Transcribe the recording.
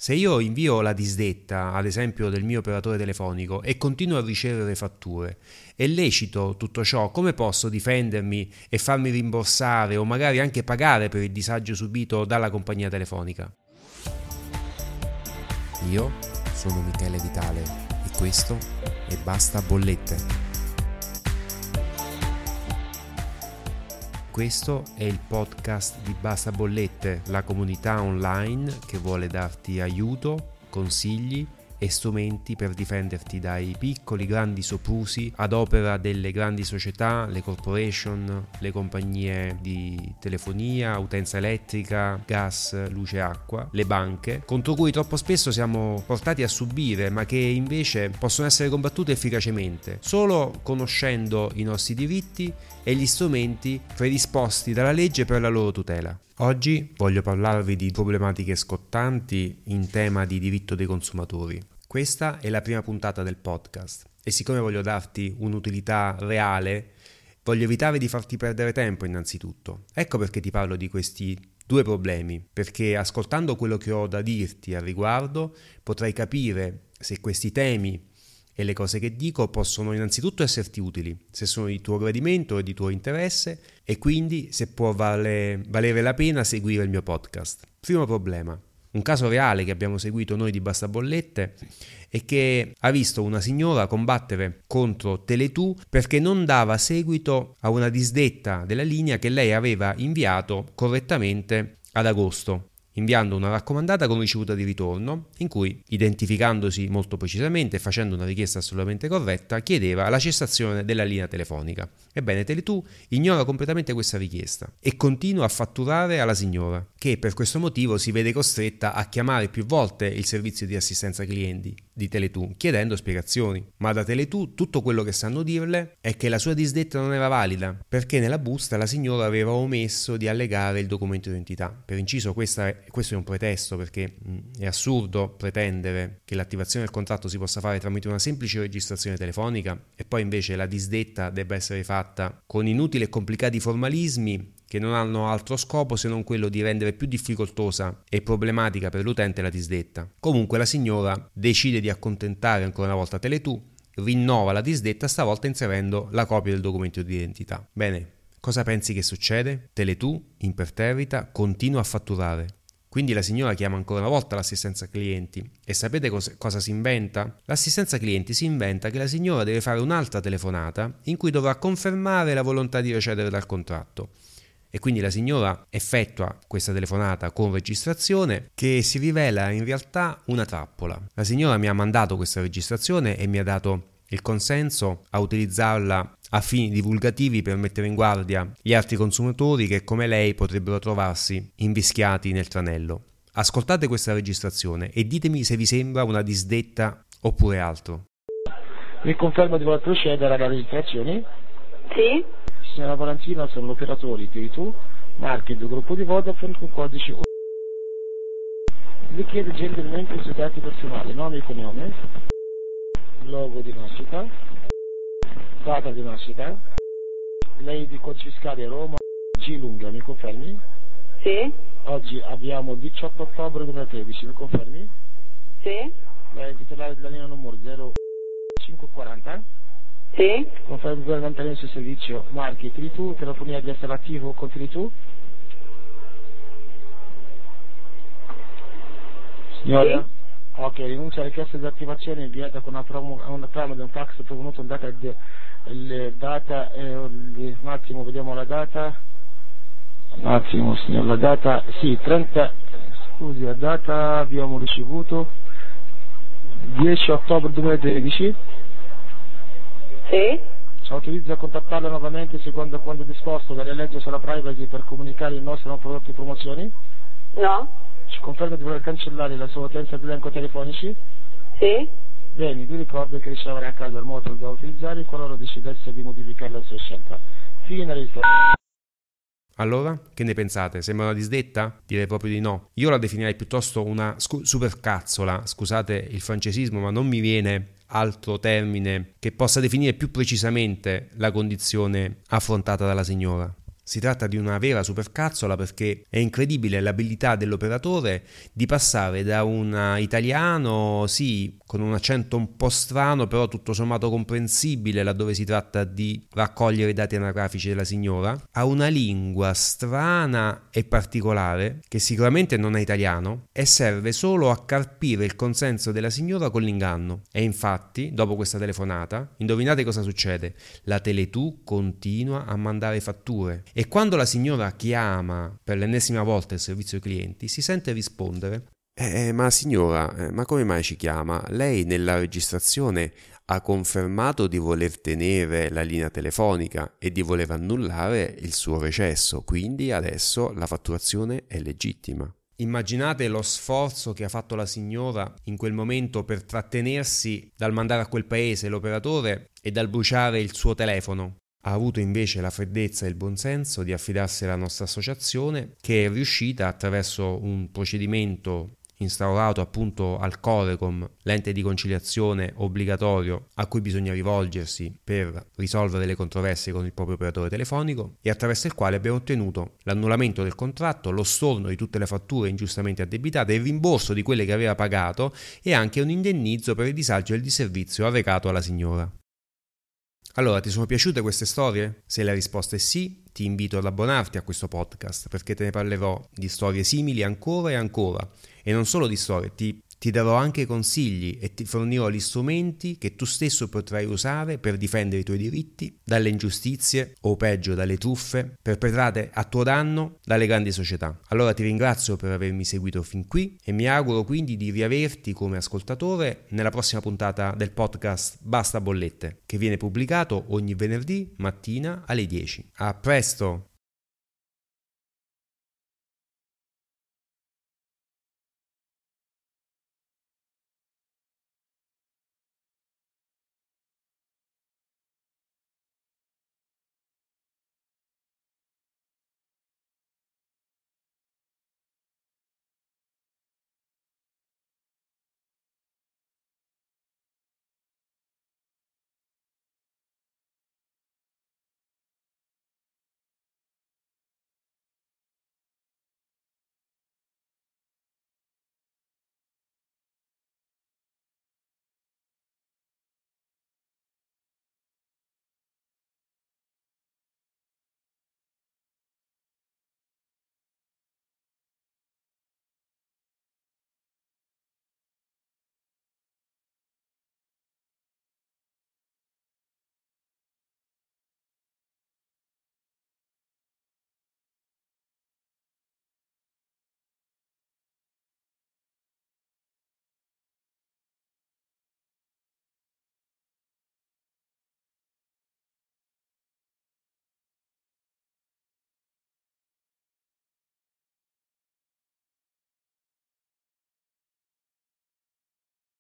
Se io invio la disdetta, ad esempio del mio operatore telefonico, e continuo a ricevere fatture, è lecito tutto ciò? Come posso difendermi e farmi rimborsare o magari anche pagare per il disagio subito dalla compagnia telefonica? Io sono Michele Vitale e questo è Basta Bollette. Questo è il podcast di Basta Bollette, la comunità online che vuole darti aiuto, consigli e strumenti per difenderti dai piccoli, grandi soprusi ad opera delle grandi società, le corporation, le compagnie di telefonia, utenza elettrica, gas, luce e acqua, le banche, contro cui troppo spesso siamo portati a subire, ma che invece possono essere combattute efficacemente solo conoscendo i nostri diritti e gli strumenti predisposti dalla legge per la loro tutela. Oggi voglio parlarvi di problematiche scottanti in tema di diritto dei consumatori. Questa è la prima puntata del podcast e siccome voglio darti un'utilità reale, voglio evitare di farti perdere tempo innanzitutto. Ecco perché ti parlo di questi due problemi, perché ascoltando quello che ho da dirti al riguardo potrai capire se questi temi e le cose che dico possono innanzitutto esserti utili, se sono di tuo gradimento e di tuo interesse e quindi se può valere la pena seguire il mio podcast. Primo problema, un caso reale che abbiamo seguito noi di Basta Bollette è che ha visto una signora combattere contro Tele2 perché non dava seguito a una disdetta della linea che lei aveva inviato correttamente ad agosto, inviando una raccomandata con ricevuta di ritorno in cui, identificandosi molto precisamente e facendo una richiesta assolutamente corretta, chiedeva la cessazione della linea telefonica. Ebbene, Tele2 ignora completamente questa richiesta e continua a fatturare alla signora, che per questo motivo si vede costretta a chiamare più volte il servizio di assistenza clienti di Tele2 chiedendo spiegazioni. Ma da Tele2 tutto quello che sanno dirle è che la sua disdetta non era valida perché nella busta la signora aveva omesso di allegare il documento di identità. Per inciso, questo è un pretesto, perché è assurdo pretendere che l'attivazione del contratto si possa fare tramite una semplice registrazione telefonica e poi invece la disdetta debba essere fatta con inutili e complicati formalismi che non hanno altro scopo se non quello di rendere più difficoltosa e problematica per l'utente la disdetta. Comunque la signora decide di accontentare ancora una volta Tele2, rinnova la disdetta stavolta inserendo la copia del documento di identità. Bene, cosa pensi che succede? Tele2 imperterrita continua a fatturare. Quindi la signora chiama ancora una volta l'assistenza clienti e sapete cosa si inventa? L'assistenza clienti si inventa che la signora deve fare un'altra telefonata in cui dovrà confermare la volontà di recedere dal contratto. E quindi la signora effettua questa telefonata con registrazione che si rivela in realtà una trappola. La signora mi ha mandato questa registrazione e mi ha dato il consenso a utilizzarla a fini divulgativi per mettere in guardia gli altri consumatori che come lei potrebbero trovarsi invischiati nel tranello. Ascoltate questa registrazione e ditemi se vi sembra una disdetta oppure altro. Mi conferma di voler procedere alla registrazione? Sì. Signora Valentina, sono l'operatore Tele2, marchio del gruppo di Vodafone con codice O. Le chiedo gentilmente i suoi dati personali, nome e cognome, logo di nascita, data di nascita, lei di codice fiscale Roma, G lunga, mi confermi? Sì. Oggi abbiamo il 18 ottobre 2013, mi confermi? Sì. Lei è titolare della linea numero 0540? Sì. Confermi per mantenere il servizio marchi Tele2, telefonia di essere attivo con Tele2? Signora? Sì. Ok, rinuncia alla richiesta di attivazione inviata con una trama di un fax provenuto in data, un attimo, vediamo la data. Un attimo signor, la data, sì, 30, scusi, la data abbiamo ricevuto 10 ottobre 2013. Sì. Ci autorizza a contattarla nuovamente secondo quanto disposto dalle leggi sulla privacy per comunicare i nostri prodotti e promozioni? No. Ci conferma di voler cancellare la sua utenza di elenco telefonici? Sì. Bene, vi ricordo che riceverà a casa il modulo da utilizzare qualora decidesse di modificare la sua scelta. Fine registrazione. Allora, che ne pensate? Sembra una disdetta? Direi proprio di no. Io la definirei piuttosto una supercazzola, scusate il francesismo, ma non mi viene altro termine che possa definire più precisamente la condizione affrontata dalla signora. Si tratta di una vera supercazzola perché è incredibile l'abilità dell'operatore di passare da un italiano, sì, con un accento un po' strano, però tutto sommato comprensibile laddove si tratta di raccogliere i dati anagrafici della signora, a una lingua strana e particolare che sicuramente non è italiano e serve solo a carpire il consenso della signora con l'inganno. E infatti, dopo questa telefonata, indovinate cosa succede? La Tele2 continua a mandare fatture. E quando la signora chiama per l'ennesima volta il servizio clienti, si sente rispondere: Ma signora, ma come mai ci chiama? Lei nella registrazione ha confermato di voler tenere la linea telefonica e di voler annullare il suo recesso, quindi adesso la fatturazione è legittima. Immaginate lo sforzo che ha fatto la signora in quel momento per trattenersi dal mandare a quel paese l'operatore e dal bruciare il suo telefono. Ha avuto invece la freddezza e il buonsenso di affidarsi alla nostra associazione, che è riuscita attraverso un procedimento instaurato appunto al Corecom, l'ente di conciliazione obbligatorio a cui bisogna rivolgersi per risolvere le controversie con il proprio operatore telefonico, e attraverso il quale abbiamo ottenuto l'annullamento del contratto, lo storno di tutte le fatture ingiustamente addebitate, il rimborso di quelle che aveva pagato e anche un indennizzo per il disagio e il disservizio arrecato alla signora. Allora, ti sono piaciute queste storie? Se la risposta è sì, ti invito ad abbonarti a questo podcast perché te ne parlerò di storie simili ancora e ancora. E non solo di storie, ti darò anche consigli e ti fornirò gli strumenti che tu stesso potrai usare per difendere i tuoi diritti dalle ingiustizie o peggio dalle truffe perpetrate a tuo danno dalle grandi società. Allora ti ringrazio per avermi seguito fin qui e mi auguro quindi di riaverti come ascoltatore nella prossima puntata del podcast Basta Bollette, che viene pubblicato ogni venerdì mattina alle 10. A presto!